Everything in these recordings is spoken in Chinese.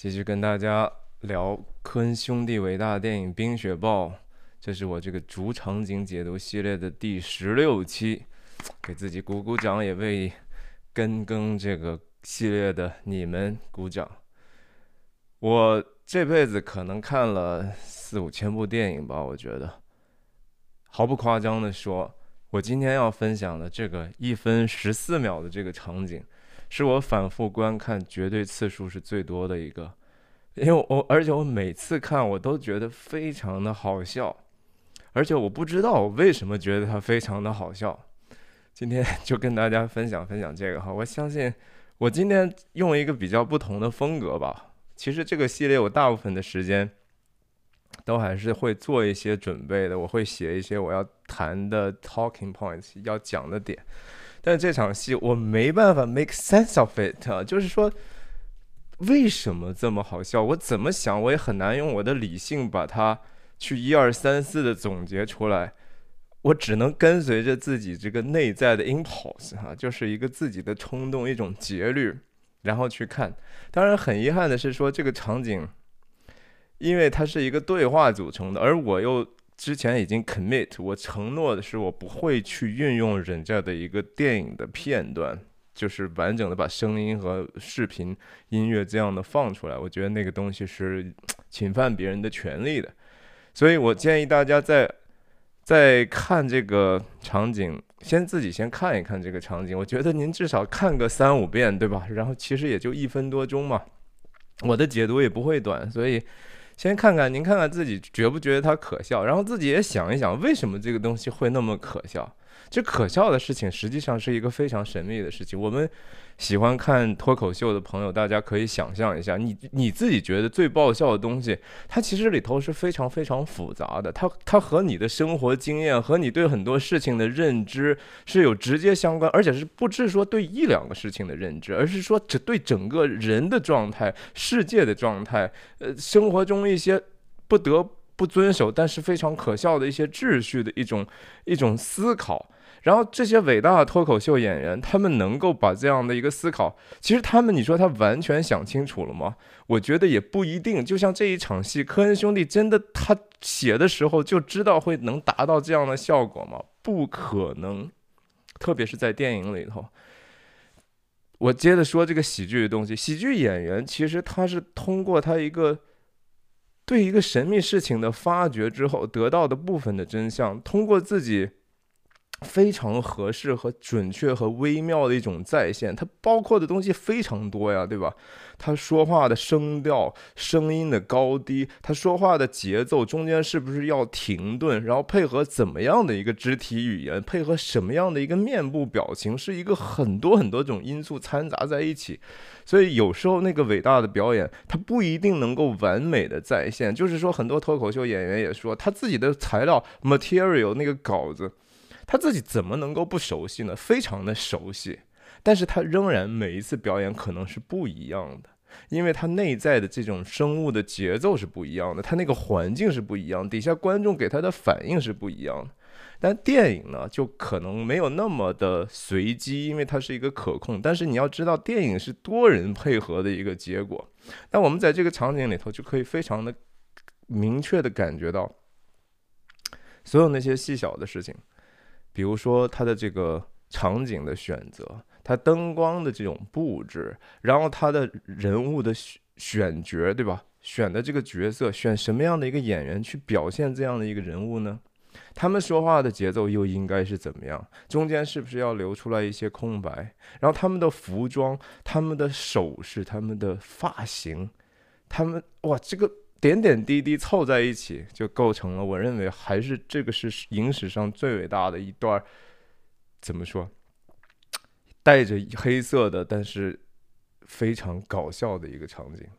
继续跟大家聊科恩兄弟伟大的电影《冰雪暴》，这是我这个主场景解读系列的第16期，给自己鼓鼓掌，也为跟更这个系列的你们鼓掌。我这辈子可能看了4、5千部电影吧，我觉得毫不夸张的说，我今天要分享的这个1分14秒的这个场景，是我反复观看绝对次数是最多的一个。因为而且我每次看我都觉得非常的好笑，而且我不知道我为什么觉得它非常的好笑。今天就跟大家分享分享这个哈，我相信我今天用一个比较不同的风格吧。其实这个系列我大部分的时间都还是会做一些准备的，我会写一些我要谈的 talking points 要讲的点，但是这场戏我没办法 make sense of it，就是说为什么这么好笑？我怎么想我也很难用我的理性把它去1、2、3、4的总结出来，我只能跟随着自己这个内在的 impulse 就是一个自己的冲动，一种节律，然后去看。当然很遗憾的是说这个场景，因为它是一个对话组成的，而我又之前已经 commit， 我承诺的是我不会去运用人家的一个电影的片段，就是完整的把声音和视频、音乐这样的放出来，我觉得那个东西是侵犯别人的权利的。所以我建议大家在看这个场景，自己先看一看这个场景。我觉得您至少看个3、5遍，对吧？然后其实也就1分多钟嘛，我的解读也不会短，所以先看看，您看看自己觉不觉得它可笑，然后自己也想一想，为什么这个东西会那么可笑。这可笑的事情实际上是一个非常神秘的事情。我们喜欢看脱口秀的朋友，大家可以想象一下，你自己觉得最爆笑的东西，它其实里头是非常非常复杂的，它和你的生活经验和你对很多事情的认知是有直接相关，而且是不是说对1、2个事情的认知，而是说对整个人的状态、世界的状态，生活中一些不得不遵守但是非常可笑的一些秩序的一种思考。然后这些伟大的脱口秀演员，他们能够把这样的一个思考，其实你说他完全想清楚了吗？我觉得也不一定。就像这一场戏，科恩兄弟真的他写的时候就知道能达到这样的效果吗？不可能，特别是在电影里头。我接着说这个喜剧的东西，喜剧演员其实他是通过他对一个神秘事情的发掘之后得到的部分的真相，通过自己非常合适和准确和微妙的一种再现，它包括的东西非常多呀，对吧？他说话的声调、声音的高低，他说话的节奏中间是不是要停顿，然后配合怎么样的一个肢体语言，配合什么样的一个面部表情，是一个很多很多种因素掺杂在一起。所以有时候那个伟大的表演，他不一定能够完美的再现。就是说，很多脱口秀演员也说，他自己的材料 material 那个稿子。他自己怎么能够不熟悉呢？非常的熟悉，但是他仍然每一次表演可能是不一样的，因为他内在的这种生物的节奏是不一样的，他那个环境是不一样，底下观众给他的反应是不一样的。但电影呢，就可能没有那么的随机，因为它是一个可控。但是你要知道，电影是多人配合的一个结果。那我们在这个场景里头就可以非常的明确的感觉到，所有那些细小的事情。比如说它的这个场景的选择，它灯光的这种布置，然后它的人物的选角，对吧？选的这个角色，选什么样的一个演员去表现这样的一个人物呢？他们说话的节奏又应该是怎么样？中间是不是要留出来一些空白？然后他们的服装、他们的首饰、他们的发型，这个点点滴滴凑在一起，就构成了我认为还是这个是影史上最伟大的一段，怎么说？带着黑色的，但是非常搞笑的一个场景。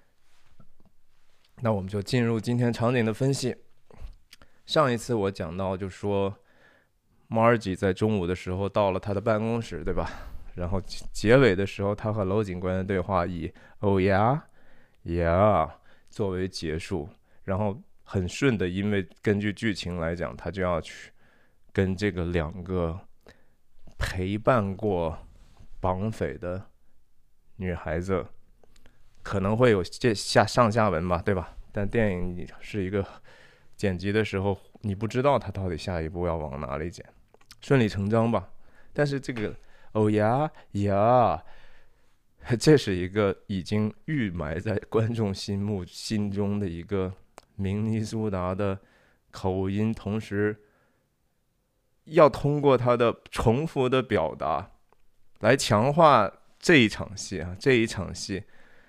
那我们就进入今天场景的分析。上一次我讲到，就说 Margie 在中午的时候到了他的办公室，对吧？然后结尾的时候，他和娄警官的对话以 "Oh yeah, yeah" 作为结束，然后很顺的，因为根据剧情来讲，他就要去跟这个2个陪伴过绑匪的女孩子可能会有上下文吧，对吧？但电影是一个剪辑的时候，你不知道它到底下一步要往哪里剪，顺理成章吧。但是这个哦呀呀，这是一个已经预埋在观众心中的一个明尼苏达的口音，同时要通过他的重复的表达来强化这一场戏啊，这一场戏。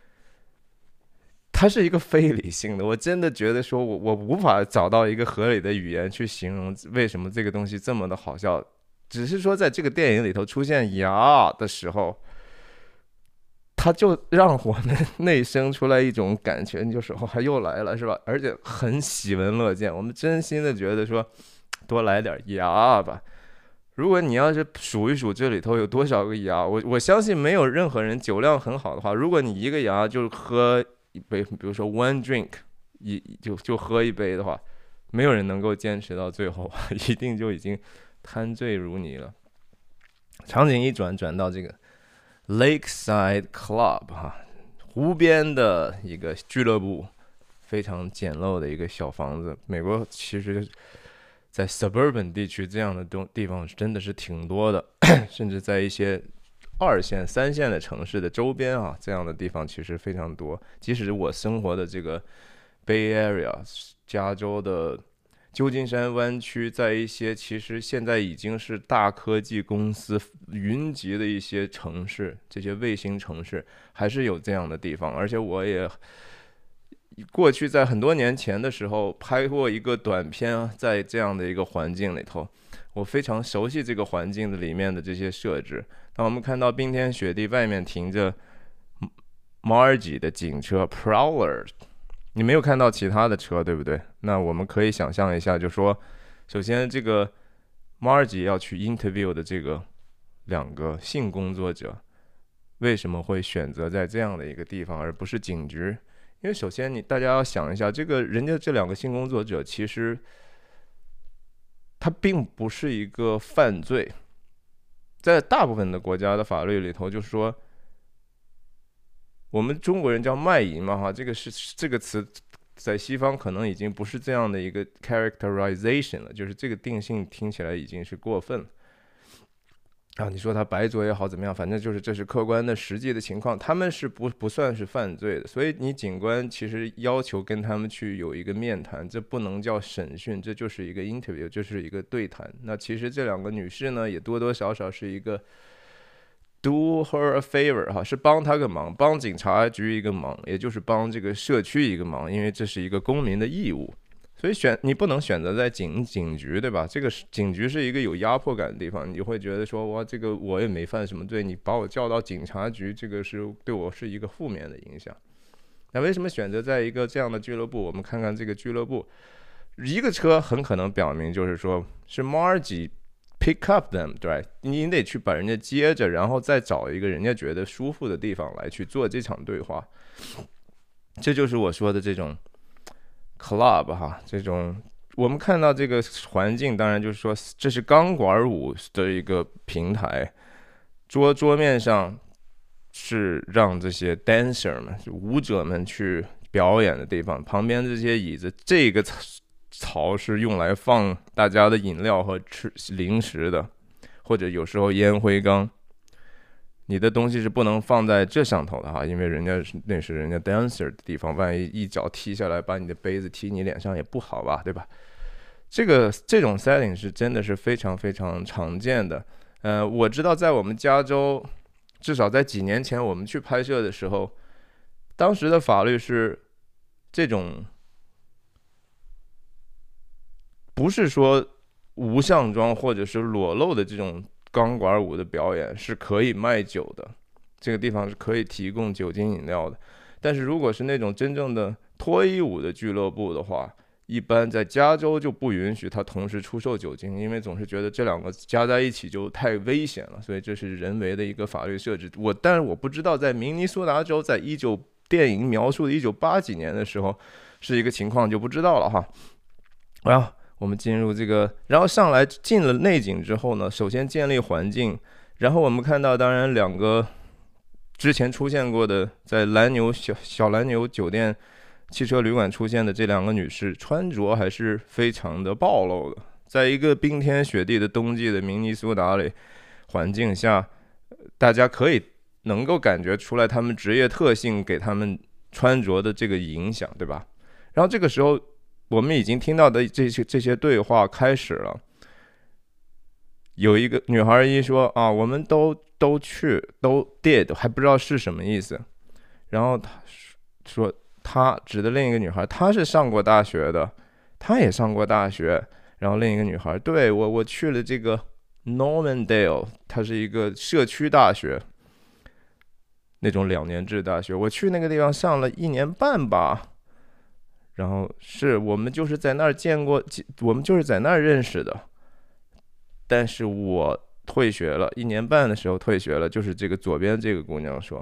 它是一个非理性的，我真的觉得说我无法找到一个合理的语言去形容为什么这个东西这么的好笑。只是说在这个电影里头出现呀的时候，它就让我们内生出来一种感觉，就是哦，又来了是吧？而且很喜闻乐见，我们真心的觉得说多来点呀吧。如果你要是数一数这里头有多少个牙，我相信没有任何人酒量很好的话，如果你一个牙就喝一杯，比如说 one drink， 就喝一杯的话，没有人能够坚持到最后，一定就已经贪醉如泥了。场景一转到这个 Lakeside Club 哈，湖边的一个俱乐部，非常简陋的一个小房子。美国其实在 suburban 地区这样的地方真的是挺多的，甚至在一些2线、3线的城市的周边啊，这样的地方其实非常多。即使我生活的这个 Bay Area， 加州的旧金山湾区，在一些其实现在已经是大科技公司云集的一些城市，这些卫星城市还是有这样的地方。而且我也过去在很多年前的时候拍过一个短片，在这样的一个环境里头，我非常熟悉这个环境的里面的这些设置。当我们看到冰天雪地，外面停着 Margie 的警车 Prowler， 你没有看到其他的车，对不对？那我们可以想象一下，就说首先这个 Margie 要去 interview 的这个2个性工作者，为什么会选择在这样的一个地方而不是警局？因为首先大家要想一下，这个人家这2个性工作者其实他并不是一个犯罪，在大部分的国家的法律里头，就是说我们中国人叫卖淫嘛哈，这个词在西方可能已经不是这样的一个 characterization 了，就是这个定性听起来已经是过分了。你说他白做也好怎么样，反正就是这是客观的实际的情况，他们是不算是犯罪的，所以你警官其实要求跟他们去有一个面谈，这不能叫审讯，这就是一个 interview， 就是一个对谈。那其实这2个女士呢，也多多少少是一个 do her a favor 哈，是帮她个忙，帮警察局一个忙，也就是帮这个社区一个忙，因为这是一个公民的义务。所以你不能选择在警局，对吧？这个警局是一个有压迫感的地方，你会觉得说，哇，这个我也没犯什么罪，你把我叫到警察局，这个是对我是一个负面的影响。那为什么选择在一个这样的俱乐部？我们看看这个俱乐部，一个车很可能表明就是说是 Margie pick up them， 对，你得去把人家接着，然后再找一个人家觉得舒服的地方来去做这场对话。这就是我说的这种club 哈，这种我们看到这个环境，当然就是说这是钢管舞的一个平台，桌面上是让这些 dancer 们、舞者们去表演的地方，旁边这些椅子，这个槽是用来放大家的饮料和吃零食的，或者有时候烟灰缸。你的东西是不能放在这上头的哈，因为那是人家 dancer 的地方，万一一脚踢下来，把你的杯子踢你脸上也不好吧，对吧？这种 setting 是真的是非常非常常见的。我知道在我们加州，至少在几年前我们去拍摄的时候，当时的法律是这种，不是说无项装或者是裸露的这种钢管舞的表演是可以卖酒的，这个地方是可以提供酒精饮料的。但是如果是那种真正的脱衣舞的俱乐部的话，一般在加州就不允许他同时出售酒精，因为总是觉得这2个加在一起就太危险了，所以这是人为的一个法律设置。但是我不知道在明尼苏达州，在电影描述的1980几年的时候是一个情况，就不知道了哈。我们进入这个，然后上来进了内景之后呢，首先建立环境，然后我们看到，当然2个之前出现过的在小蓝牛酒店汽车旅馆出现的这两个女士，穿着还是非常的暴露的。在一个冰天雪地的冬季的明尼苏达里环境下，大家可以能够感觉出来他们职业特性给他们穿着的这个影响，对吧？然后这个时候，我们已经听到的这些对话开始了。有一个女孩一说啊，我们都去都 did， 还不知道是什么意思。然后她说，她指的另一个女孩，她是上过大学的，她也上过大学。然后另一个女孩，对，我去了这个 Normandale， 它是一个社区大学，那种2年制大学。我去那个地方上了1年半吧。然后我们就是在那儿见过，我们就是在那儿认识的。但是我退学了，1年半的时候退学了，就是这个左边这个姑娘说。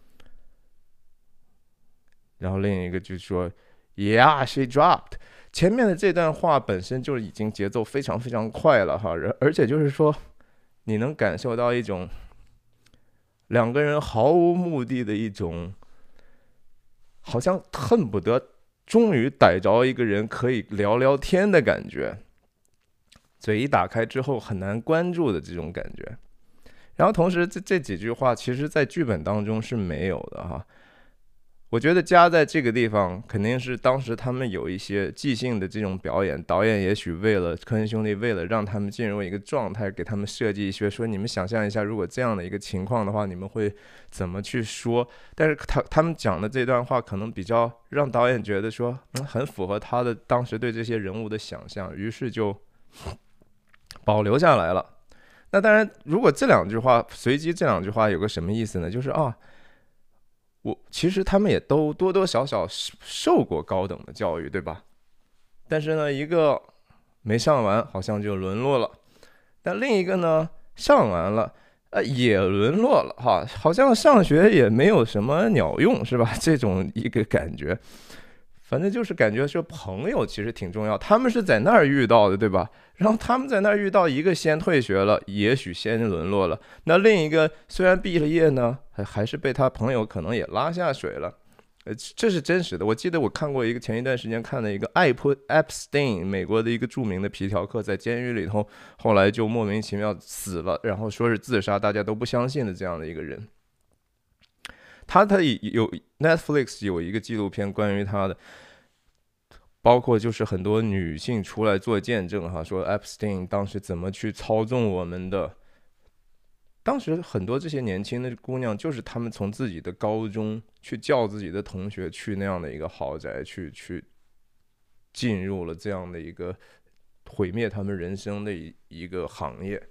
然后另一个就说 ，Yeah, she dropped。前面的这段话本身就已经节奏非常非常快了哈，而且就是说，你能感受到一种两个人毫无目的的一种，好像恨不得终于逮着一个人可以聊聊天的感觉，嘴一打开之后很难关注的这种感觉。然后同时这几句话其实在剧本当中是没有的哈。我觉得加在这个地方肯定是当时他们有一些即兴的这种表演，导演也许科恩兄弟为了让他们进入一个状态，给他们设计一些说，你们想象一下，如果这样的一个情况的话，你们会怎么去说？但是他们讲的这段话可能比较让导演觉得说，很符合他的当时对这些人物的想象，于是就保留下来了。那当然，如果随机这两句话有个什么意思呢？就是其实他们也都多多少少受过高等的教育，对吧？但是呢，一个没上完，好像就沦落了；但另一个呢，上完了，也沦落了，哈，好像上学也没有什么鸟用，是吧？这种一个感觉，反正就是感觉说朋友其实挺重要，他们是在那儿遇到的，对吧？然后他们在那儿遇到一个先退学了，也许先沦落了，那另一个虽然毕了业呢，还是被他朋友可能也拉下水了。这是真实的。我记得我看过前一段时间看的一个Epstein， 美国的一个著名的皮条客，在监狱里头，后来就莫名其妙死了，然后说是自杀，大家都不相信的这样的一个人。他有 Netflix 有一个纪录片关于他的。包括就是很多女性出来做见证哈，说 Epstein 当时怎么去操纵我们的。当时很多这些年轻的姑娘，就是她们从自己的高中去叫自己的同学去那样的一个豪宅，去进入了这样的一个毁灭他们人生的一个行业。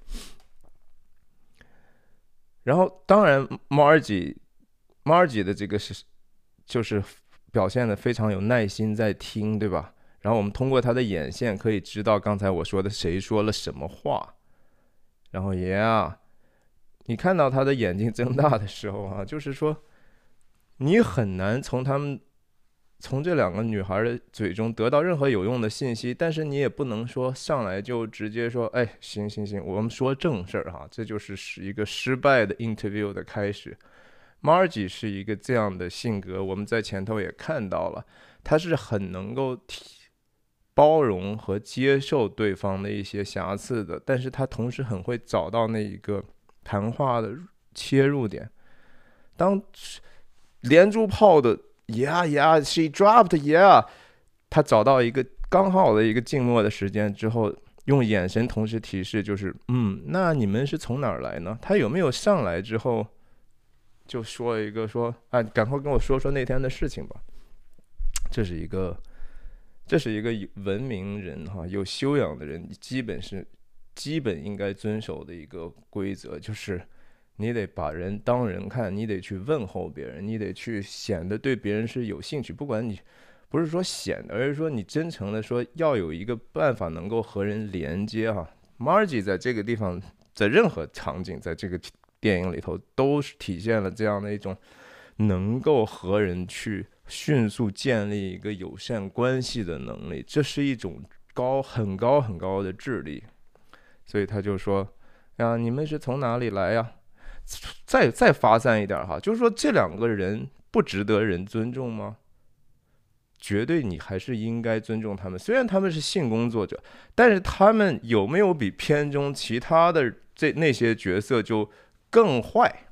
然后当然 Margie 的这个就是表现的非常有耐心在听，对吧？然后我们通过他的眼线可以知道刚才我说的谁说了什么话。然后你看到他的眼睛睁大的时候啊，就是说你很难从这两个女孩的嘴中得到任何有用的信息，但是你也不能说上来就直接说，哎，行，我们说正事儿哈，这就是一个失败的 interview 的开始。Margie 是一个这样的性格，我们在前头也看到了，他是很能够包容和接受对方的一些瑕疵的，但是他同时很会找到那一个谈话的切入点。当连珠炮的 Yeah, she dropped, yeah， 他找到一个刚好的一个静默的时间之后，用眼神同时提示，就是那你们是从哪儿来呢？他有没有上来之后就说一个说，赶快跟我说说那天的事情吧。这是一个文明人哈，有修养的人基本应该遵守的一个规则，就是你得把人当人看，你得去问候别人，你得去显得对别人是有兴趣，不管你不是说显得，而是说你真诚的说要有一个办法能够和人连接哈。Margie 在这个地方，在任何场景，在这个电影里头都是体现了这样的一种能够和人去迅速建立一个友善关系的能力，这是一种很高的智力。所以他就说呀，你们是从哪里来呀？ 再发散一点哈，就是说这两个人不值得人尊重吗？绝对你还是应该尊重他们。虽然他们是性工作者，但是他们有没有比片中其他的那些角色就更坏？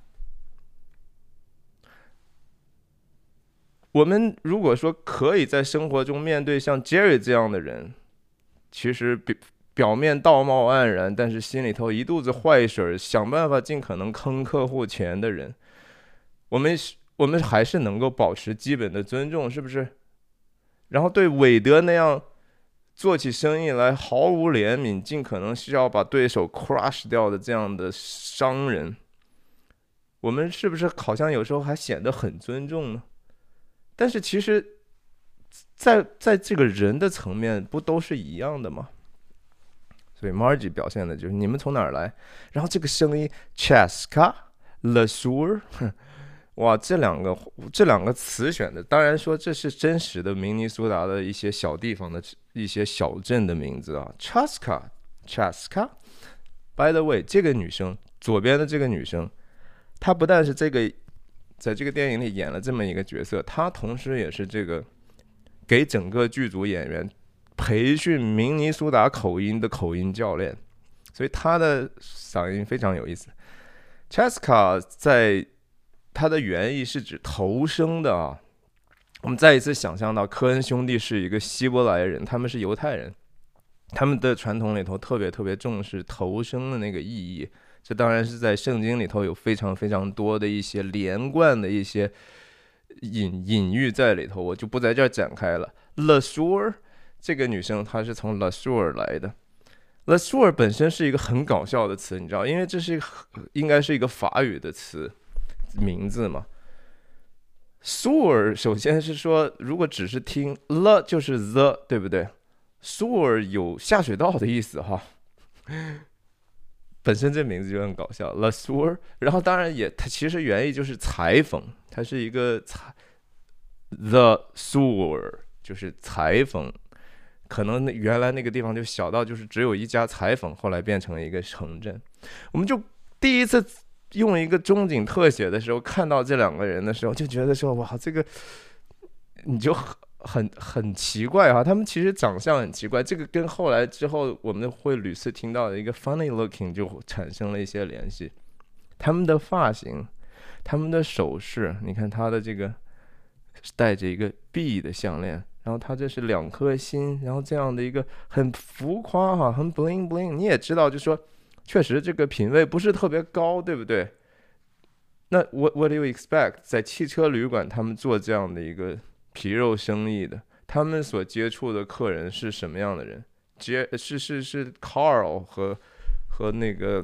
我们如果说可以在生活中面对像 Jerry 这样的人，其实表面道貌岸然，但是心里头一肚子坏水，想办法尽可能坑客户钱的人，我们还是能够保持基本的尊重，是不是？然后对韦德那样做起生意来毫无怜悯，尽可能需要把对手 crush 掉的这样的商人，我们是不是好像有时候还显得很尊重呢？但是其实在这个人的层面，不都是一样的吗？所以 Margie 表现的就是你们从哪儿来，然后这个声音 Chaska LeSueur， 哇，这两个词选的，当然说这是真实的明尼苏达的一些小地方的一些小镇的名字啊。Chaska By the way， 这个女生左边的这个女生，她不但是在这个电影里演了这么一个角色，她同时也是这个给整个剧组演员培训明尼苏达口音的口音教练，所以她的嗓音非常有意思。Chaska 在它的原意是指头生的啊。我们再一次想象到科恩兄弟是一个希伯来人，他们是犹太人，他们的传统里头特别特别重视头生的那个意义。这当然是在圣经里头有非常非常多的一些连贯的一些隐喻在里头，我就不在这儿展开了。LeSueur 这个女生她是从 LeSueur 来的。LeSueur 本身是一个很搞笑的词，你知道，因为这是应该是一个法语的词名字嘛。Sueur 首先是说，如果只是听 le 就是 the， 对不对？Sueur 有下水道的意思哈。本身这名字就很搞笑 LeSueur， 然后当然它其实原意就是裁缝，它是一个The Sueur 就是裁缝，可能原来那个地方就小到就是只有一家裁缝，后来变成了一个城镇。我们就第一次用一个中景特写的时候看到这两个人的时候，就觉得说哇，这个你就很奇怪啊，他们其实长相很奇怪，这个跟后来之后我们会屡次听到的一个 funny looking 就产生了一些联系。他们的发型，他们的首饰，你看他的这个戴着一个 B 的项链，然后他这是2颗心，然后这样的一个很浮夸哈，很 bling bling， 你也知道，就说确实这个品味不是特别高，对不对？那 what do you expect 在汽车旅馆他们做这样的一个皮肉生意的，他们所接触的客人是什么样的人？是 Carl 和那个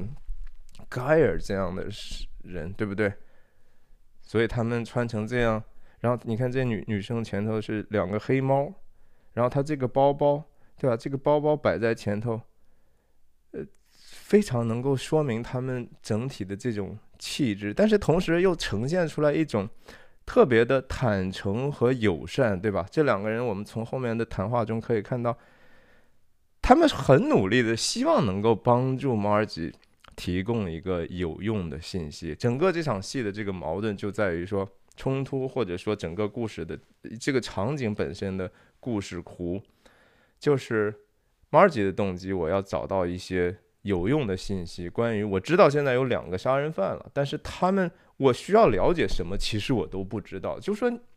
Geyer 这样的人，对不对？所以他们穿成这样，然后你看这女生前头是2个黑猫，然后她这个包包，对吧？这个包包摆在前头，非常能够说明他们整体的这种气质，但是同时又呈现出来一种特别的坦诚和友善，对吧？这两个人我们从后面的谈话中可以看到，他们很努力的希望能够帮助 Margie 提供一个有用的信息。整个这场戏的这个矛盾就在于说冲突，或者说整个故事的这个场景本身的故事弧，就是 Margie 的动机，我要找到一些有用的信息，关于我知道现在有2个杀人犯了，但是我需要了解什么，其实我都不知道。就是说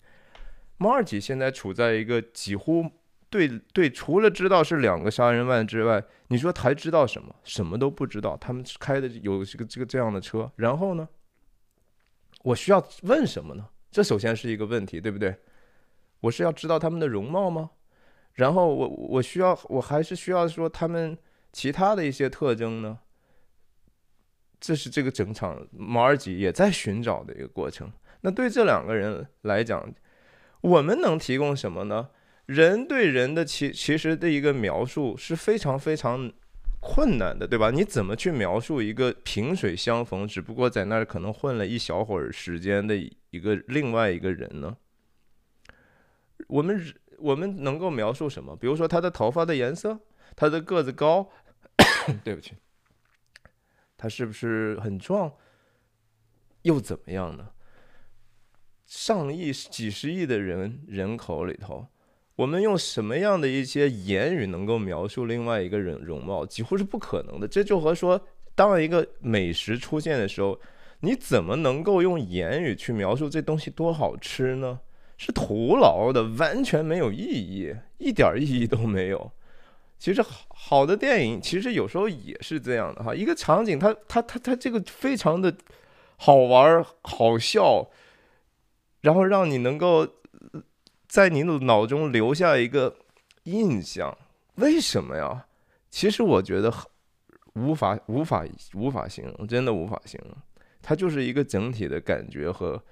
Margie 现在处在一个几乎对，除了知道是2个杀人犯之外，你说还知道什么？什么都不知道。他们开的有这样的车，然后呢，我需要问什么呢？这首先是一个问题，对不对？我是要知道他们的容貌吗？然后我还是需要说他们其他的一些特征呢？这是这个整场马尔基也在寻找的一个过程。那对这2个人来讲，我们能提供什么呢？人对人的其实的一个描述是非常非常困难的，对吧？你怎么去描述一个萍水相逢，只不过在那儿可能混了一小会儿时间的另外一个人呢？我们能够描述什么？比如说他的头发的颜色，他的个子高，对不起，他是不是很壮？ 又怎么样呢？上亿、几十亿的人口里头，我们用什么样的一些言语能够描述另外一个人容貌，几乎是不可能的。这就和说，当一个美食出现的时候，你怎么能够用言语去描述这东西多好吃呢？是徒劳的，完全没有意义，一点意义都没有。其实好的电影，其实有时候也是这样的哈，一个场景它这个非常的好玩好笑，然后让你能够在你的脑中留下一个印象。为什么呀？其实我觉得无法形容，真的无法形容。它就是一个整体的感觉和，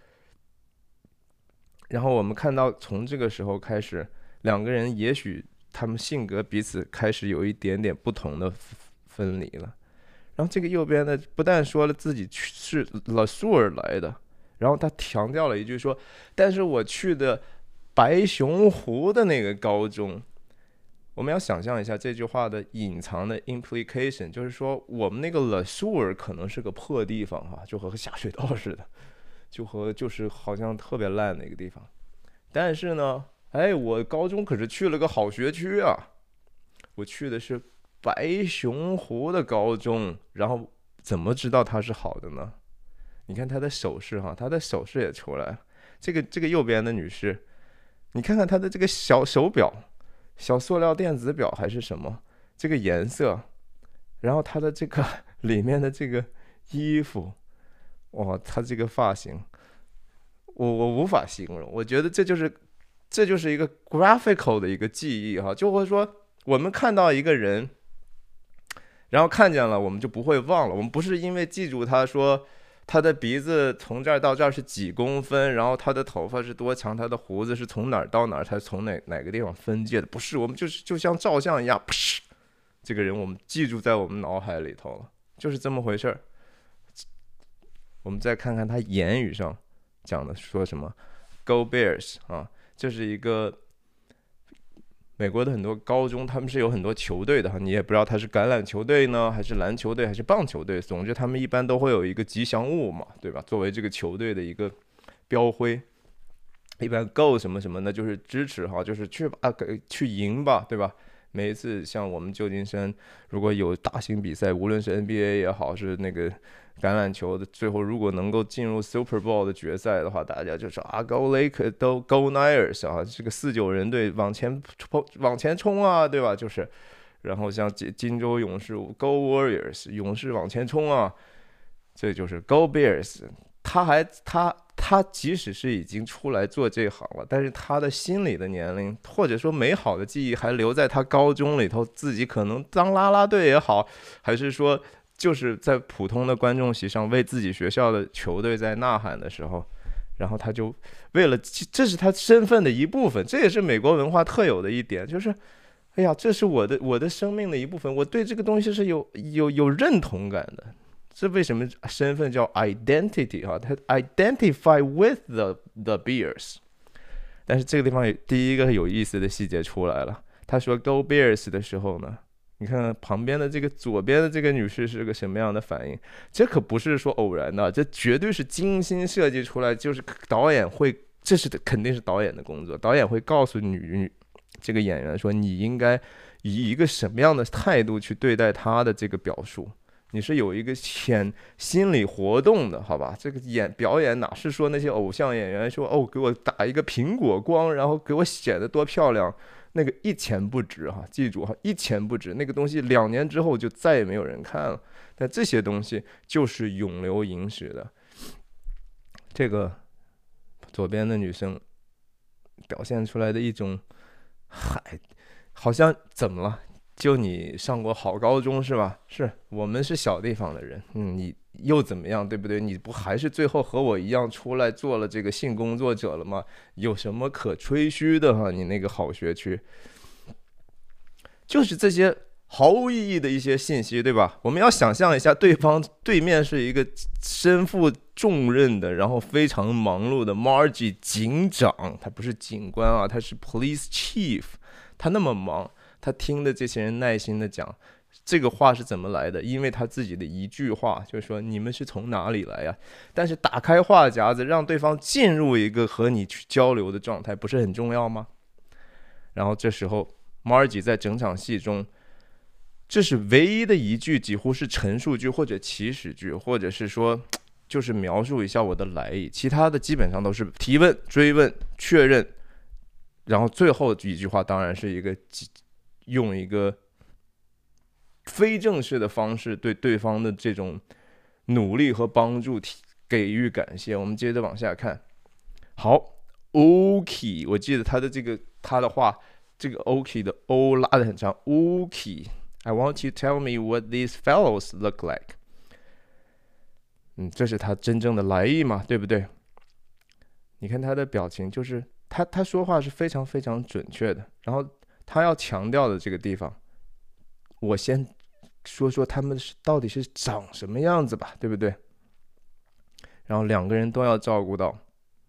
然后我们看到从这个时候开始，两个人也许他们性格彼此开始有一点点不同的分离了。然后这个右边的不但说了自己是Le Sueur来的，然后他强调了一句说，但是我去的白熊湖的那个高中。我们要想象一下这句话的隐藏的 implication， 就是说我们那个 Le Sueur 可能是个破地方哈，就和下水道似的，就是好像特别烂的一个地方。但是呢，哎，我高中可是去了个好学区啊，我去的是白熊湖的高中，然后怎么知道它是好的呢？你看她的手势哈，她的手势也出来了。这个右边的女士，你看看她的这个小手表。小塑料电子表还是什么？这个颜色，然后它的这个里面的这个衣服，哇，它这个发型，我无法形容。我觉得这就是一个 graphical 的一个记忆哈，就会说我们看到一个人，然后看见了，我们就不会忘了。我们不是因为记住他说。他的鼻子从这儿到这儿是几公分，然后他的头发是多长，他的胡子是从哪儿到哪儿，他是从哪个地方分界的？不是，我们就像照相一样，这个人我们记住在我们脑海里头了，就是这么回事儿。我们再看看他言语上讲的说什么 ，Go Bears 啊，这是一个。美国的很多高中，他们是有很多球队的哈，你也不知道他是橄榄球队呢，还是篮球队，还是棒球队。总之，他们一般都会有一个吉祥物嘛，对吧？作为这个球队的一个标徽，一般 Go 什么什么的，就是支持哈，就是去赢吧，对吧？每一次像我们旧金山，如果有大型比赛，无论是 NBA 也好，是那个橄榄球的，最后如果能够进入 Super Bowl 的决赛的话，大家就说啊 ，Go Lakers，都 Go Niners 啊，这个49人队往前冲啊，对吧？就是，然后像金州勇士 Go Warriors， 勇士往前冲啊，这就是 Go Bears。他即使是已经出来做这行了，但是他的心理的年龄，或者说美好的记忆还留在他高中里头，自己可能当啦啦队也好，还是说就是在普通的观众席上为自己学校的球队在呐喊的时候，然后他就为了这是他身份的一部分，这也是美国文化特有的一点，就是哎呀，这是我的生命的一部分，我对这个东西是有认同感的。这为什么身份叫 identity 哈？它 identify with the Bears。但是这个地方第一个有意思的细节出来了。他说 Go Bears 的时候呢，你看看旁边的这个左边的这个女士是个什么样的反应？这可不是说偶然的，这绝对是精心设计出来，就是导演会，这是肯定是导演的工作，导演会告诉这个演员说，你应该以一个什么样的态度去对待他的这个表述。你是有一个心理活动的，好吧？这个表演哪是说那些偶像演员说哦，给我打一个苹果光，然后给我显得多漂亮，那个一钱不值哈，记住哈，一钱不值，那个东西2年之后就再也没有人看了。但这些东西就是永留影史的。这个左边的女生表现出来的一种，好像怎么了？就你上过好高中是吧？是我们是小地方的人，你又怎么样，对不对？你不还是最后和我一样出来做了这个性工作者了吗？有什么可吹嘘的哈？你那个好学区，就是这些毫无意义的一些信息，对吧？我们要想象一下，对面是一个身负重任的，然后非常忙碌的 Margie 警长，他不是警官啊，他是 Police Chief， 他那么忙。他听的这些人耐心的讲， 这个话是怎么来的？因为他自己的一句话，就是说你们是从哪里来呀？但是打开话匣子，让对方进入一个和你去交流的状态，不是很重要吗？然后这时候 Margie 在整场戏中，这是唯一的一句几乎是陈述句或者祈使句，或者是说就是描述一下我的来意，其他的基本上都是提问、追问、确认，然后最后一句话当然是用一个非正式的方式对对方的这种努力和帮助给予感谢。我们接着往下看。好 ，Oki， 我记得他的话，这个 Oki 的 O 拉得很长 ，Oki。I want you to tell me what these fellows look like。这是他真正的来意嘛，对不对？你看他的表情，就是他说话是非常非常准确的。然后他要强调的这个地方，我先说说他们到底是长什么样子吧，对不对？然后两个人都要照顾到。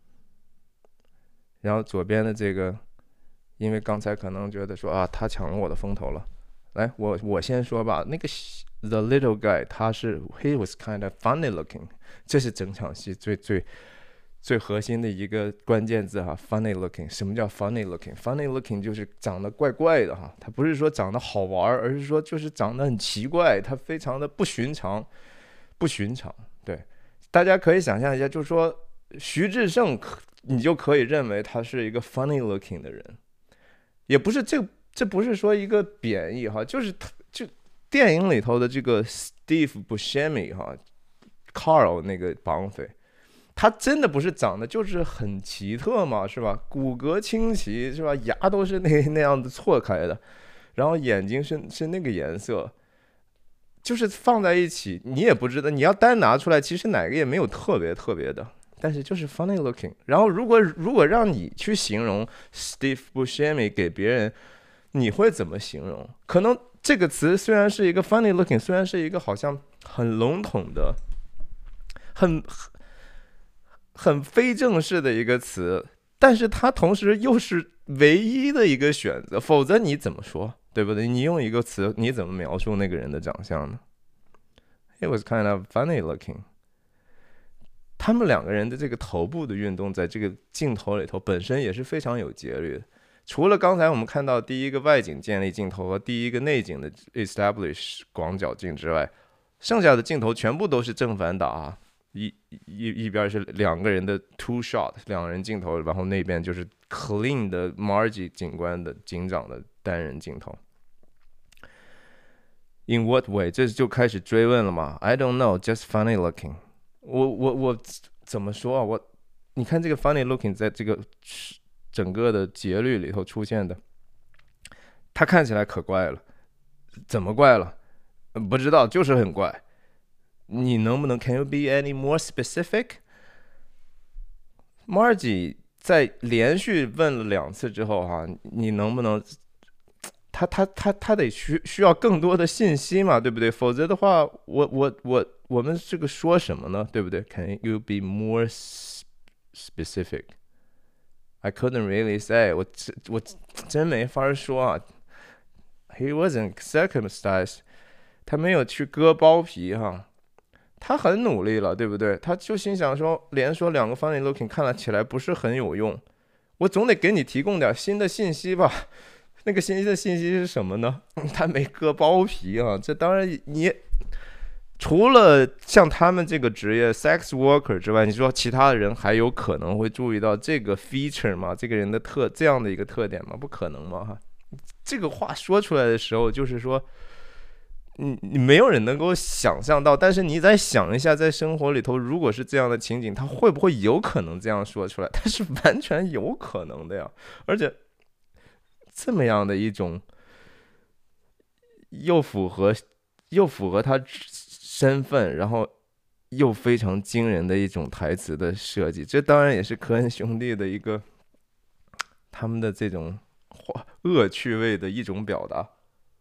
然后左边的这个，因为刚才可能觉得说他抢了我的风头了，来，我先说吧。那个 The little guy， he was kind of funny looking， 这是整场戏最核心的一个关键字哈 ，funny looking。什么叫 funny looking？funny looking 就是长得怪怪的哈，他不是说长得好玩，而是说就是长得很奇怪，他非常的不寻常。对，大家可以想象一下，就是说徐志胜你就可以认为他是一个 funny looking 的人，也不是这不是说一个贬义哈，就是就电影里头的这个 Steve Buscemi 哈 ，Carl 那个绑匪，他真的不是长得就是很奇特嘛，是吧？骨骼清奇是吧？牙都是那样子错开的，然后眼睛是那个颜色，就是放在一起你也不知道，你要单拿出来，其实哪个也没有特别的。但是就是 funny looking， 然后如果让你去形容 Steve Buscemi 给别人，你会怎么形容？可能这个词虽然是一个 funny looking， 虽然是一个好像很笼统的、很非正式的一个词，但是它同时又是唯一的一个选择。否则你怎么说，对不对？你用一个词，你怎么描述那个人的长相呢？ It was kind of funny looking。他们两个人的这个头部的运动，在这个镜头里头本身也是非常有节律的。除了刚才我们看到第一个外景建立镜头和第一个内景的 establish 广角镜之外，剩下的镜头全部都是正反打一边是两个人的 two shot， 两个人镜头，然后那边就是 clean 的 Margie 警官的警长的单人镜头。In what way？ 这就开始追问了嘛 ？I don't know, just funny looking。我怎么说啊？你看这个 funny looking 在这个整个的节律里头出现的，他看起来可怪了，怎么怪了？不知道，就是很怪。你能不能 Can you be any more specific？ Margie 在连续问了2次之后哈，你能不能？他得需要更多的信息嘛，对不对？否则的话，我们这个说什么呢？对不对 ？Can you be more specific？ I couldn't really say， 我真没法说啊。He wasn't circumcised， 他没有去割包皮哈，他很努力了，对不对？他就心想说，连说2个 funny looking 看起来不是很有用，我总得给你提供点新的信息吧。那个新的信息是什么呢？他没割包皮啊，这当然你除了像他们这个职业 sex worker 之外，你说其他的人还有可能会注意到这个 feature 吗？这个人的这样的一个特点吗？不可能嘛哈！这个话说出来的时候，就是说，你没有人能够想象到，但是你再想一下，在生活里头，如果是这样的情景，他会不会有可能这样说出来？他是完全有可能的呀，而且这么样的一种又符合他身份，然后又非常惊人的一种台词的设计，这当然也是科恩兄弟的一个他们的这种恶趣味的一种表达。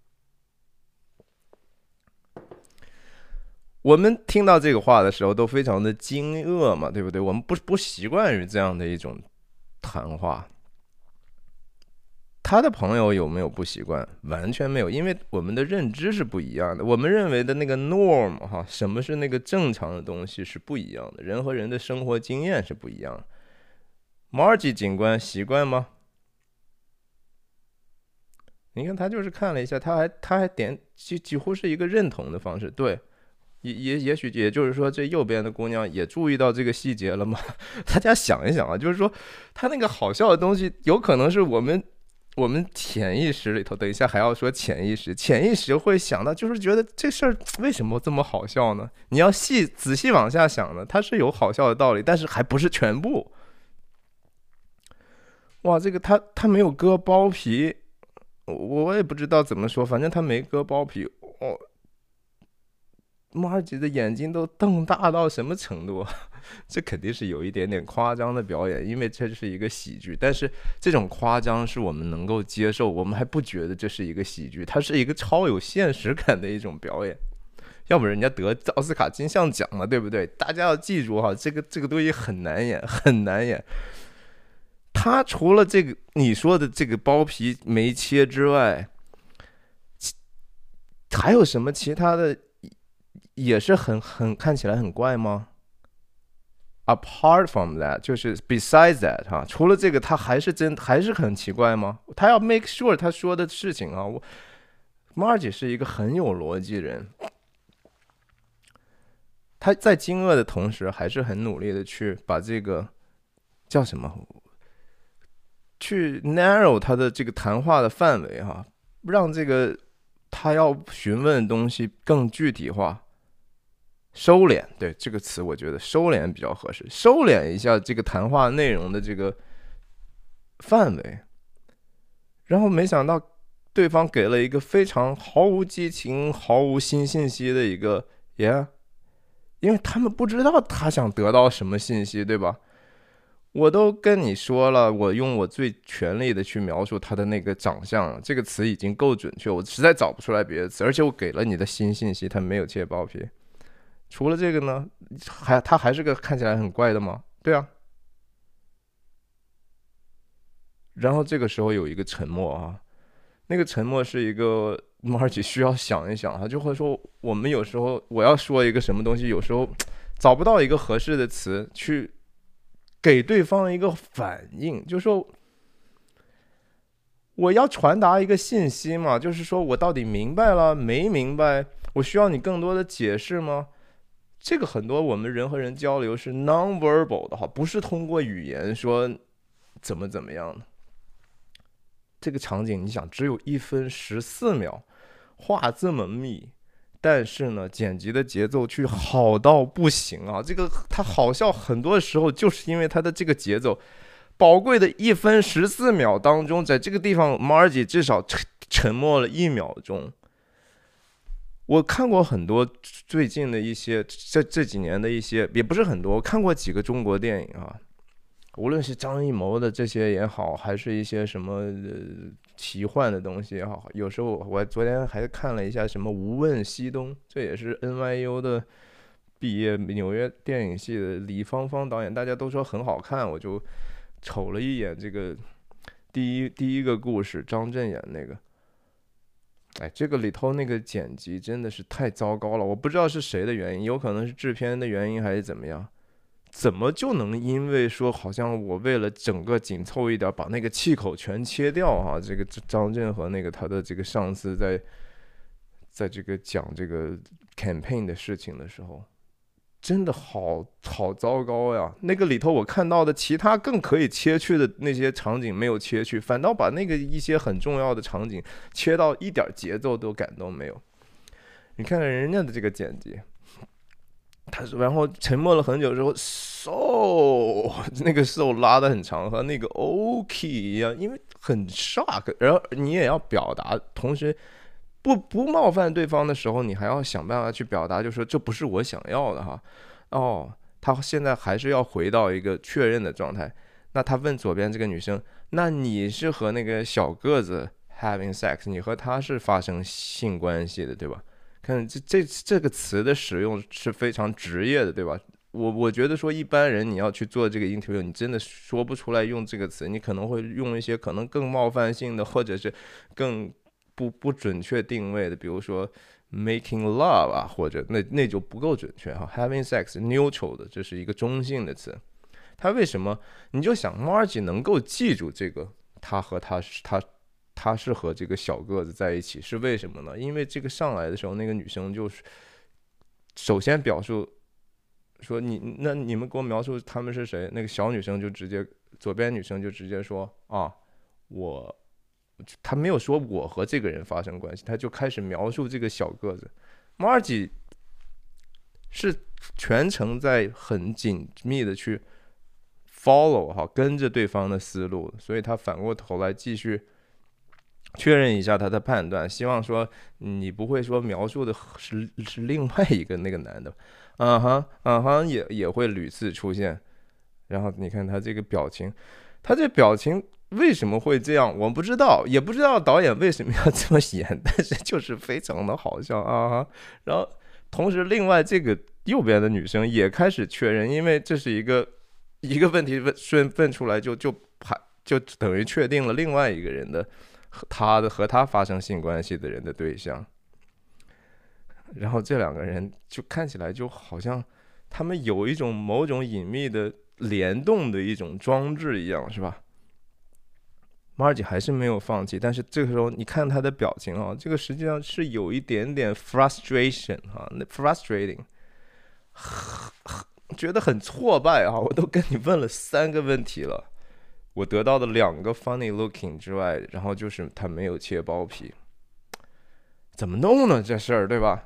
我们听到这个话的时候都非常的惊愕嘛，对不对？我们不习惯于这样的一种谈话。 他的朋友有没有不习惯？完全没有，因为我们的认知是不一样的。我们认为的那个 norm 哈，什么是那个正常的东西是不一样的，人和人的生活经验是不一样的。Margie 警官习惯吗？你看他就是看了一下，他还点几乎是一个认同的方式，对。也许也就是说，这右边的姑娘也注意到这个细节了吗？大家想一想啊，就是说，他那个好笑的东西，有可能是我们潜意识里头，等一下还要说潜意识会想到，就是觉得这事儿为什么这么好笑呢？你要仔细往下想呢，它是有好笑的道理，但是还不是全部。哇，这个他没有割包皮，我也不知道怎么说，反正他没割包皮哦。马尔吉的眼睛都瞪大到什么程度？这肯定是有一点点夸张的表演，因为这是一个喜剧。但是这种夸张是我们能够接受，我们还不觉得这是一个喜剧，它是一个超有现实感的一种表演。要不人家得奥斯卡金像奖了，对不对？大家要记住哈，这个东西很难演，很难演。他除了这个你说的这个包皮没切之外，还有什么其他的？也是很看起来很怪吗 ？Apart from that， 就是 besides that 哈，除了这个，他还是很奇怪吗？他要 make sure 他说的事情啊。Margie 是一个很有逻辑人，他在惊愕的同时，还是很努力的去把这个叫什么，去 narrow 他的这个谈话的范围哈，让这个他要询问的东西更具体化。收敛，对这个词，我觉得收敛比较合适。收敛一下这个谈话内容的这个范围，然后没想到对方给了一个非常毫无激情、毫无新信息的一个因为他们不知道他想得到什么信息，对吧？我都跟你说了，我用我最全力的去描述他的那个长相，这个词已经够准确，我实在找不出来别的词，而且我给了你的新信息，他没有切包皮。除了这个呢，他还是个看起来很怪的吗？对啊。然后这个时候有一个沉默啊，那个沉默是一个马尔奇需要想一想，他就会说，我们有时候我要说一个什么东西，有时候找不到一个合适的词去给对方一个反应，就是说我要传达一个信息嘛，就是说我到底明白了没明白，我需要你更多的解释吗？这个很多我们人和人交流是 non-verbal 的哈，不是通过语言说怎么样的。这个场景你想，只有1分14秒，话这么密，但是呢，剪辑的节奏却好到不行啊！这个它好笑，很多时候就是因为它的这个节奏。宝贵的1分14秒当中，在这个地方 Margie 至少沉默了1秒钟。我看过很多最近的一些这几年的一些，也不是很多，我看过几个中国电影啊，无论是张艺谋的这些也好，还是一些什么奇幻的东西也好，有时候我昨天还看了一下什么《无问西东》，这也是 NYU 的毕业纽约电影系的李芳芳导演，大家都说很好看，我就瞅了一眼这个第一个故事，张震演那个。哎，这个里头那个剪辑真的是太糟糕了，我不知道是谁的原因，有可能是制片的原因还是怎么样，怎么就能因为说好像我为了整个紧凑一点，把那个气口全切掉啊？这个张震和那个他的这个上司在这个讲这个 campaign 的事情的时候，真的好糟糕呀！那个里头我看到的其他更可以切去的那些场景没有切去，反倒把那个一些很重要的场景切到一点节奏都感都没有。你看看人家的这个剪辑，然后沉默了很久之后那个拉得很长，和那个 OK 一样，因为很 shock， 然后你也要表达，同时不冒犯对方的时候，你还要想办法去表达，就说这不是我想要的哈。他现在还是要回到一个确认的状态。那他问左边这个女生，那你是和那个小个子 having sex， 你和他是发生性关系的，对吧？看这个词的使用是非常职业的，对吧？ 我觉得说一般人你要去做这个 interview，你真的说不出来用这个词，你可能会用一些可能更冒犯性的，或者是更不准确定位的，比如说 making love 啊，或者那就不够准确哈。having sex neutral 的，这是一个中性的词。他为什么？你就想 Margie 能够记住这个，他是和这个小个子在一起，是为什么呢？因为这个上来的时候，那个女生就是首先表述说你们给我描述他们是谁？那个小女生就直接，左边女生就直接说啊，我，她没有说我和这个人发生关系，她就开始描述这个小个子。Margie 是全程在很紧密的去 follow 哈，跟着对方的思路，所以她反过头来继续确认一下他的判断，希望说你不会说描述的是另外一个那个男的，也会屡次出现。然后你看他这个表情，他这表情为什么会这样？我不知道，也不知道导演为什么要这么演，但是就是非常的好笑啊。然后同时，另外这个右边的女生也开始确认，因为这是一个问题问出来就等于确定了另外一个人的。和他发生性关系的人的对象，然后这两个人就看起来就好像他们有一种某种隐秘的联动的一种装置一样，是吧？Margie 还是没有放弃，但是这个时候你看他的表情啊，这个实际上是有一点点 frustration 啊，frustrating， 觉得很挫败啊！我都跟你问了3个问题了。我得到的2个 funny looking 之外，然后就是他没有切包皮，怎么弄呢？这事儿对吧？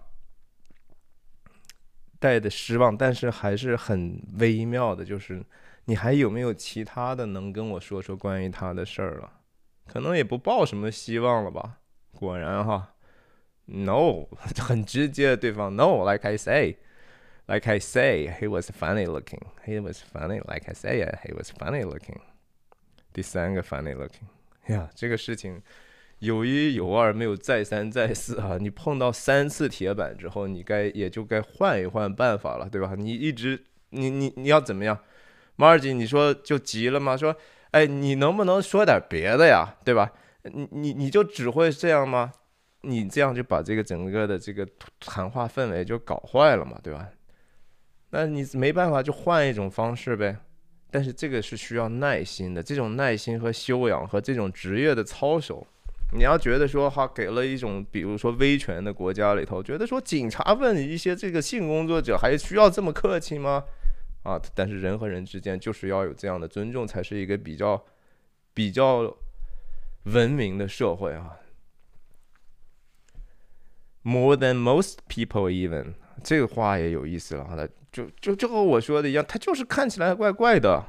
带的失望，但是还是很微妙的，就是你还有没有其他的能跟我说说关于他的事儿了？可能也不抱什么希望了吧？果然哈 ，no， 很直接，对方 no，like I say，like I say，he was funny looking，he was funny，like I say，he was funny looking。第3个 funny looking 呀，这个事情有一有二，没有再三再四啊！你碰到3次铁板之后，你也就该换一换办法了，对吧？你一直你要怎么样 ？Margie， 你说就急了吗？说，哎，你能不能说点别的呀？对吧？你就只会这样吗？你这样就把这个整个的这个谈话氛围就搞坏了嘛，对吧？那你没办法，就换一种方式呗。但是这个是需要耐心的，这种耐心和修养和这种职业的操守，你要觉得说哈，给了一种比如说威权的国家里头，觉得说警察问一些这个性工作者还需要这么客气吗？啊，但是人和人之间就是要有这样的尊重，才是一个比较文明的社会啊。More than most people even， 这个话也有意思了，就和我说的一样，他就是看起来怪怪的，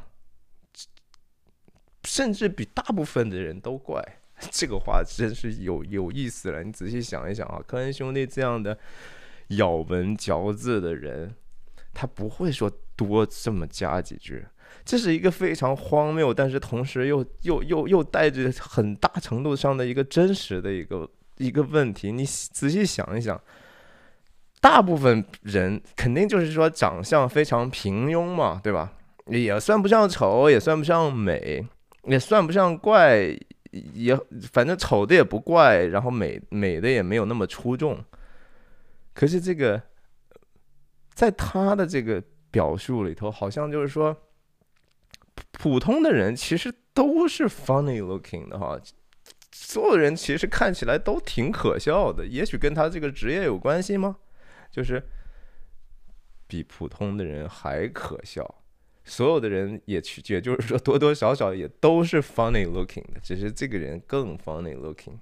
甚至比大部分的人都怪。这个话真是有意思了，你仔细想一想啊，科恩兄弟这样的咬文嚼字的人，他不会说多这么加几句。这是一个非常荒谬，但是同时又带着很大程度上的一个真实的一个问题。你仔细想一想。大部分人肯定就是说长相非常平庸嘛，对吧？也算不上丑，也算不上美，也算不上怪，也反正丑的也不怪，然后美的也没有那么出众。可是这个在他的这个表述里头，好像就是说，普通的人其实都是 funny looking 的哈，所有人其实看起来都挺可笑的，也许跟他这个职业有关系吗？就是比普通的人还可笑，所有的人也就是说多多少少也都是 funny looking 的，只是这个人更 funny looking。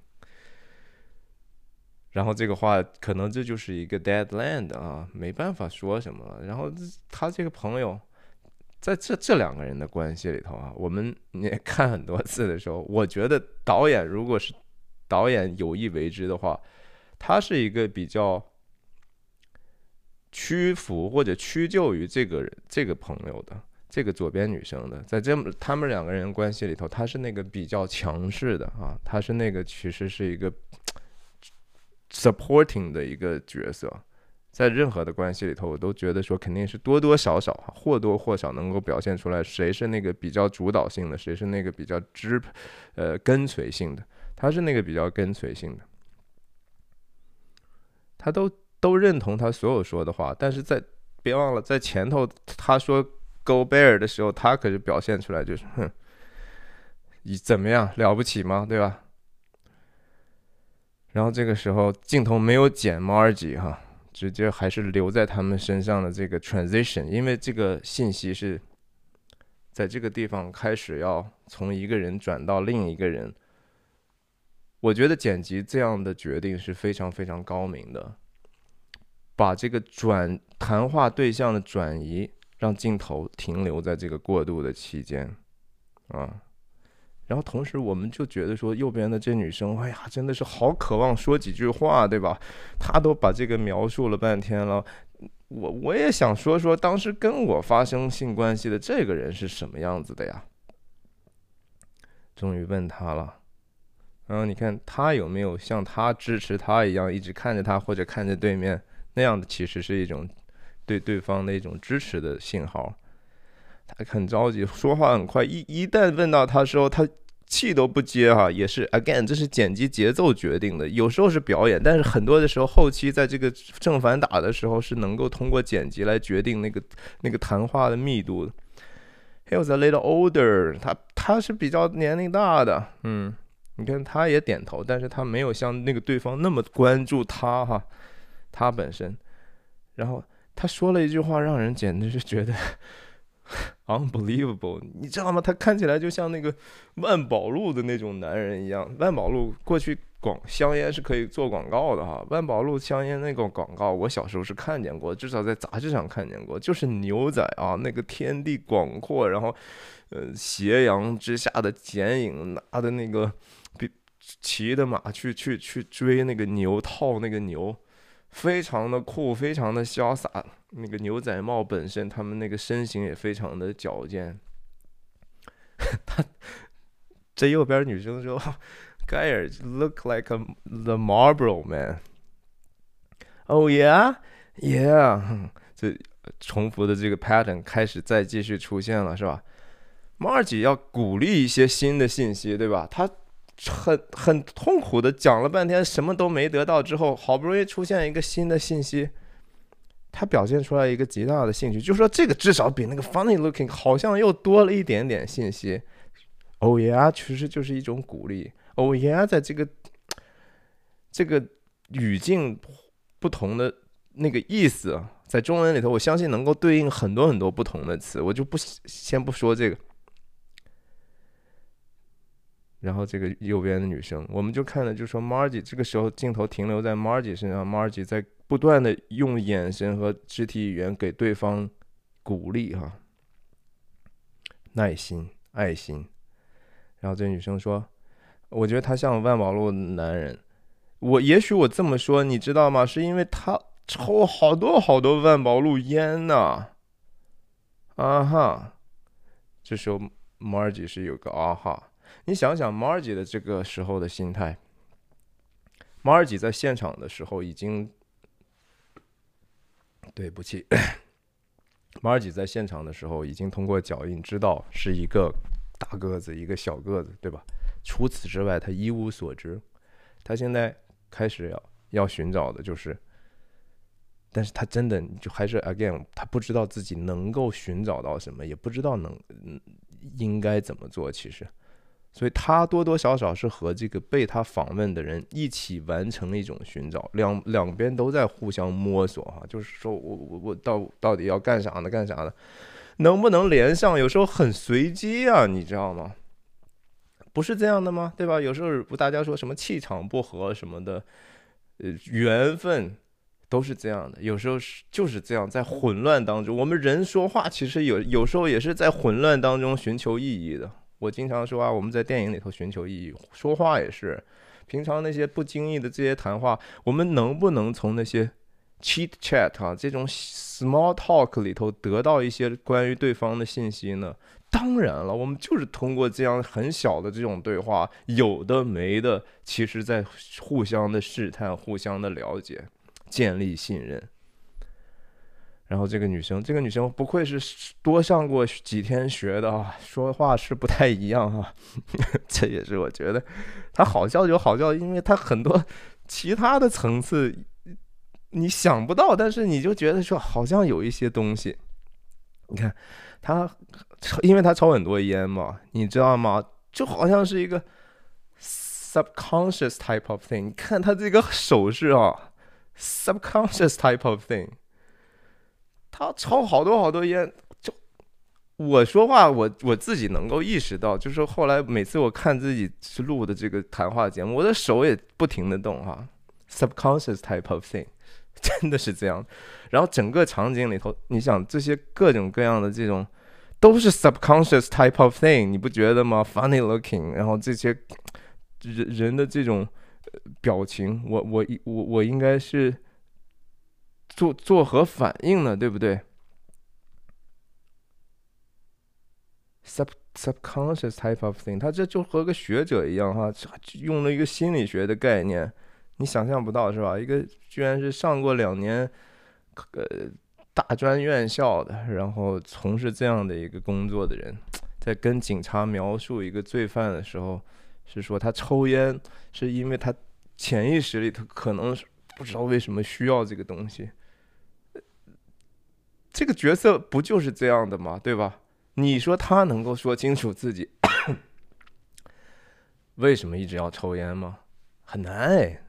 然后这个话可能这就是一个 dead land 啊，没办法说什么了。然后他这个朋友在这2个人的关系里头啊，我们也看很多次的时候，我觉得如果是导演有意为之的话，他是一个比较屈服或者屈就于这个朋友的，这个左边女生的，在他们2个人关系里头，他是那个比较强势的啊，他是那个其实是一个 supporting 的一个角色， 在任何的关系里头，我都觉得说肯定是多多少少或多或少能够表现出来谁是那个比较主导性的，谁是那个比较跟随性的。他是那个比较跟随性的，他都认同他所有说的话，但是别忘了在前头他说 Go Bear 的时候，他可是表现出来就是你怎么样了不起吗？对吧？然后这个时候镜头没有剪 Margie 哈，直接还是留在他们身上的这个 transition， 因为这个信息是在这个地方开始要从一个人转到另一个人。我觉得剪辑这样的决定是非常非常高明的，把这个谈话对象的转移，让镜头停留在这个过渡的期间啊。然后同时我们就觉得说右边的这女生，哎呀，真的是好渴望说几句话，对吧？她都把这个描述了半天了，我也想说说当时跟我发生性关系的这个人是什么样子的呀？终于问她了，然后你看她有没有像她支持她一样，一直看着她或者看着对面，那样的其实是一种对对方的一种支持的信号。他很着急，说话很快，一旦问到他的时候，他气都不接哈，也是 again， 这是剪辑节奏决定的，有时候是表演，但是很多的时候后期在这个正反打的时候是能够通过剪辑来决定那个谈话的密度的。He was a little older， 他是比较年龄大的，你看他也点头，但是他没有像那个对方那么关注他哈，他本身，然后他说了一句话，让人简直是觉得unbelievable， 你知道吗？他看起来就像那个万宝路的那种男人一样。万宝路过去香烟是可以做广告的哈，万宝路香烟那个广告，我小时候是看见过，至少在杂志上看见过，就是牛仔啊，那个天地广阔，然后斜阳之下的剪影，拿的那个骑的马去追那个牛，套那个牛。非常的酷，非常的潇洒。那个牛仔帽本身，他们那个身形也非常的矫健。他这右边女生说：“盖尔 look like the Marlboro man。” Oh yeah, yeah。这重复的这个 pattern 开始再继续出现了，是吧？Margie 要鼓励一些新的信息，对吧？他很痛苦的讲了半天，什么都没得到之后，好不容易出现一个新的信息，他表现出来一个极大的兴趣，就是说这个至少比那个 funny looking 好像又多了一点点信息。Oh yeah， 其实就是一种鼓励。Oh yeah， 在这个语境不同的那个意思，在中文里头，我相信能够对应很多很多不同的词，我就先不说这个。然后这个右边的女生，我们就看了，就说 Margie 这个时候镜头停留在 Margie 身上 ，Margie 在不断的用眼神和肢体语言给对方鼓励哈，耐心、爱心。然后这女生说：“我觉得他像万宝路的男人。也许我这么说，你知道吗？是因为他抽好多好多万宝路烟呢。”啊哈，这时候 Margie 是有个啊哈。你想想 Margie 的这个时候的心态 ，Margie 在现场的时候已经，对不起，Margie 在现场的时候已经通过脚印知道是一个大个子，一个小个子，对吧？除此之外，他一无所知。他现在开始要寻找的就是，但是他真的就还是 again， 他不知道自己能够寻找到什么，也不知道应该怎么做，其实。所以他多多少少是和这个被他访问的人一起完成一种寻找，两边都在互相摸索哈，就是说我到底要干啥呢？能不能连上？有时候很随机啊，你知道吗？不是这样的吗？对吧？有时候大家说什么气场不合什么的，缘分都是这样的。有时候就是这样，在混乱当中，我们人说话其实有时候也是在混乱当中寻求意义的。我经常说啊，我们在电影里头寻求意义，说话也是。平常那些不经意的这些谈话，我们能不能从那些 chit chat 啊这种 small talk 里头得到一些关于对方的信息呢？当然了，我们就是通过这样很小的这种对话，有的没的，其实在互相的试探、互相的了解，建立信任。 然后这个女生不愧是多上过几天学的啊，说话是不太一样啊。这也是我觉得她好笑就好笑，因为她很多其他的层次你想不到，但是你就觉得说好像有一些东西。你看她，因为她抽很多烟嘛，你知道吗？就好像是一个 subconscious type of thing。你看她这个手势啊，subconscious type of thing。他抽好多好多烟，就我说话我自己能够意识到，就是后来每次我看自己去录的这个谈话节目，我的手也不停的动哈，subconscious type of thing， 真的是这样。然后整个场景里头，你想这些各种各样的这种都是 subconscious type of thing， 你不觉得吗 ？Funny looking， 然后这些人的这种表情，我应该是。做何反应呢？对不对？subconscious type of thing， 他这就和个学者一样哈，用了一个心理学的概念，你想象不到是吧？一个居然是上过2年大专院校的，然后从事这样的一个工作的人，在跟警察描述一个罪犯的时候，是说他抽烟是因为他潜意识里头可能不知道为什么需要这个东西。这个角色不就是这样的吗？对吧？你说他能够说清楚自己为什么一直要抽烟吗？很难哎。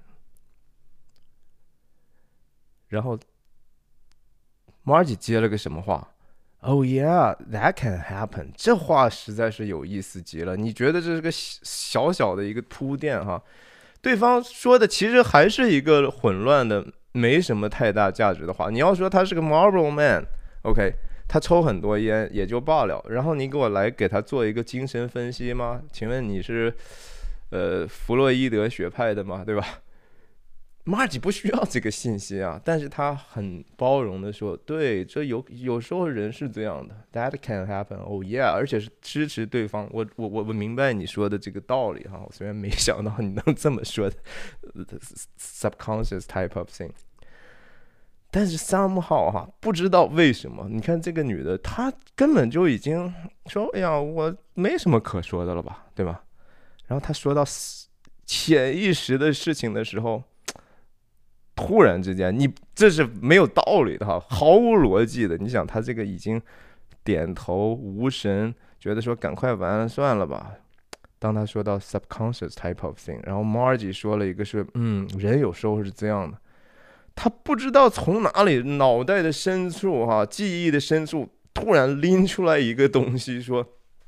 然后 Margie 接了个什么话 ？Oh yeah, that can happen。这话实在是有意思极了。你觉得这是个小小的一个铺垫哈？对方说的其实还是一个混乱的。没什么太大价值的话，你要说他是个 Marlboro Man，OK，他抽很多烟也就罢了，然后你给我来给他做一个精神分析吗？请问你是弗洛伊德学派的吗？对吧？Margie 不需要这个信息啊，但是他很包容的说，对，这有时候人是这样的 ，That can happen，Oh yeah， 而且是支持对方。我明白你说的这个道理哈，我虽然没想到你能这么说的 ，subconscious type of thing。但是 somehow 哈，不知道为什么，你看这个女的，她根本就已经说，哎呀，我没什么可说的了吧，对吧？然后她说到潜意识的事情的时候。突然之间，你这是没有道理的哈，毫无逻辑的。你想，他这个已经点头无神，觉得说赶快完了算了吧。当他说到 subconscious type of thing， 然后 Margie 说了一个是，人有时候是这样的，他不知道从哪里脑袋的深处哈，记忆的深处突然拎出来一个东西，说，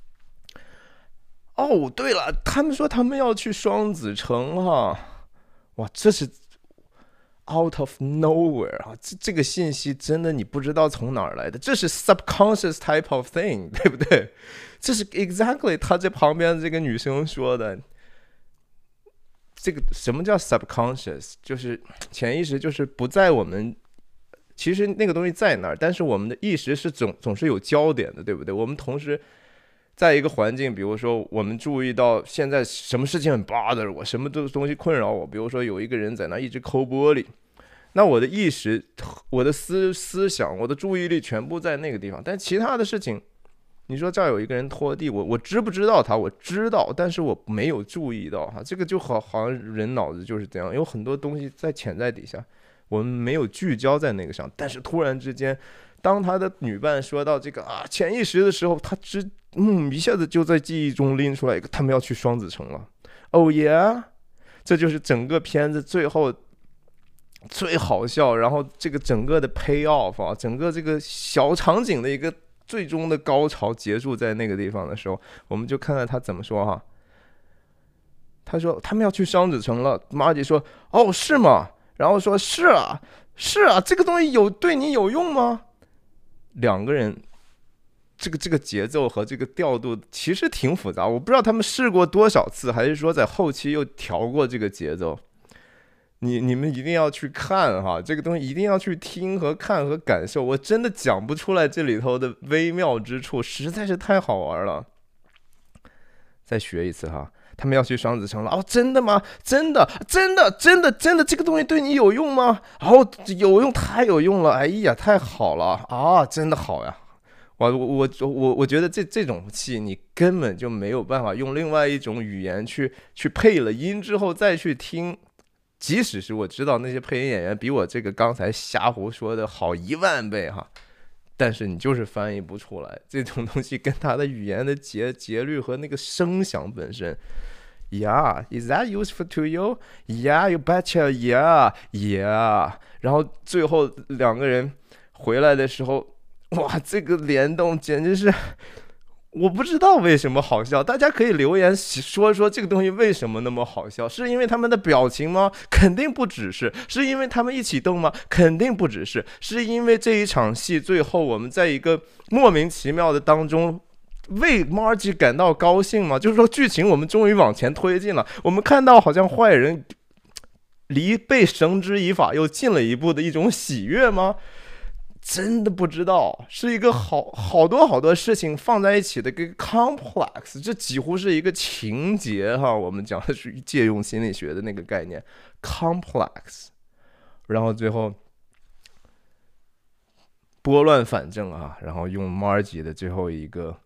哦，对了，他们说他们要去双子城哈，哇，这是。Out of nowhere 啊，这个信息真的你不知道从哪儿来的，这是 subconscious type of thing， 对不对？这是 exactly 他在旁边这个女生说的。这个什么叫 subconscious？ 就是潜意识，就是不在我们，其实那个东西在那儿，但是我们的意识是总是有焦点的，对不对？我们同时。在一个环境，比如说我们注意到现在什么事情很 bother 我，什么东西困扰我，比如说有一个人在那一直抠玻璃，那我的意识、我的思想、我的注意力全部在那个地方，但其他的事情，你说这儿有一个人拖地，我知不知道他？我知道，但是我没有注意到哈，这个就好像人脑子就是这样，有很多东西在潜在底下，我们没有聚焦在那个上，但是突然之间。当他的女伴说到这个潜意识的时候，他一下子就在记忆中拎出来一个，他们要去双子城了。Oh yeah， 这就是整个片子最后最好笑，然后这个整个的 pay off 啊，整个这个小场景的一个最终的高潮结束在那个地方的时候，我们就看看他怎么说哈。他说他们要去双子城了，马姐说哦是吗？然后说是啊，这个东西对你有用吗？两个人，这个节奏和这个调度其实挺复杂，我不知道他们试过多少次，还是说在后期又调过这个节奏。你们一定要去看哈，这个东西一定要去听和看和感受，我真的讲不出来这里头的微妙之处，实在是太好玩了。 再学一次哈。他们要去双子城了哦，真的吗？真的，真的，真的，真的，这个东西对你有用吗？哦，有用，太有用了！哎呀，太好了啊，真的好呀！我觉得这种戏你根本就没有办法用另外一种语言去配了音之后再去听，即使是我知道那些配音演员比我这个刚才瞎胡说的好10000倍哈，但是你就是翻译不出来这种东西，跟它的语言的节律和那个声响本身。Yeah, is that useful to you? Yeah, you betcha. Yeah, yeah. 然后最后两个人回来的时候，哇，这个联动简直是，我不知道为什么好笑，大家可以留言说说这个东西为什么那么好笑？是因为他们的表情吗？肯定不只是。是因为他们一起动吗？肯定不只是。是因为这一场戏最后我们在一个莫名其妙的当中为 Margie 感到高兴吗？就是说剧情我们终于往前推进了，我们看到好像坏人离被绳之以法又近了一步的一种喜悦吗？真的不知道，是一个好多事情放在一起的一个 complex， 这几乎是一个情节哈。我们讲的是借用心理学的那个概念 complex， 然后最后拨乱反正啊，然后用 Margie 的最后一个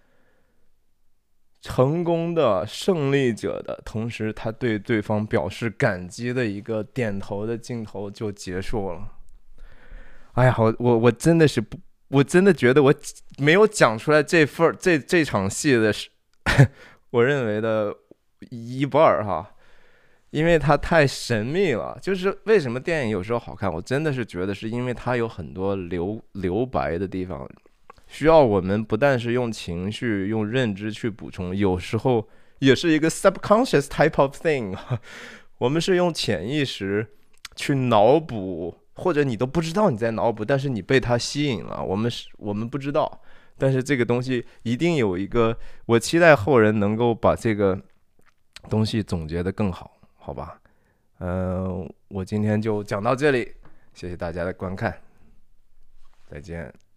成功的胜利者的同时，他对对方表示感激的一个点头的镜头就结束了。哎呀，我真的是不，我真的觉得我没有讲出来这场戏的我认为的一半哈，因为它太神秘了。就是为什么电影有时候好看，我真的是觉得是因为它有很多留白的地方，需要我们不但是用情绪、用认知去补充，有时候也是一个 subconscious type of thing， 我们是用潜意识去脑补。或者你都不知道你在脑补，但是你被它吸引了。我们不知道，但是这个东西一定有一个。我期待后人能够把这个东西总结得更好，好吧？我今天就讲到这里，谢谢大家的观看，再见。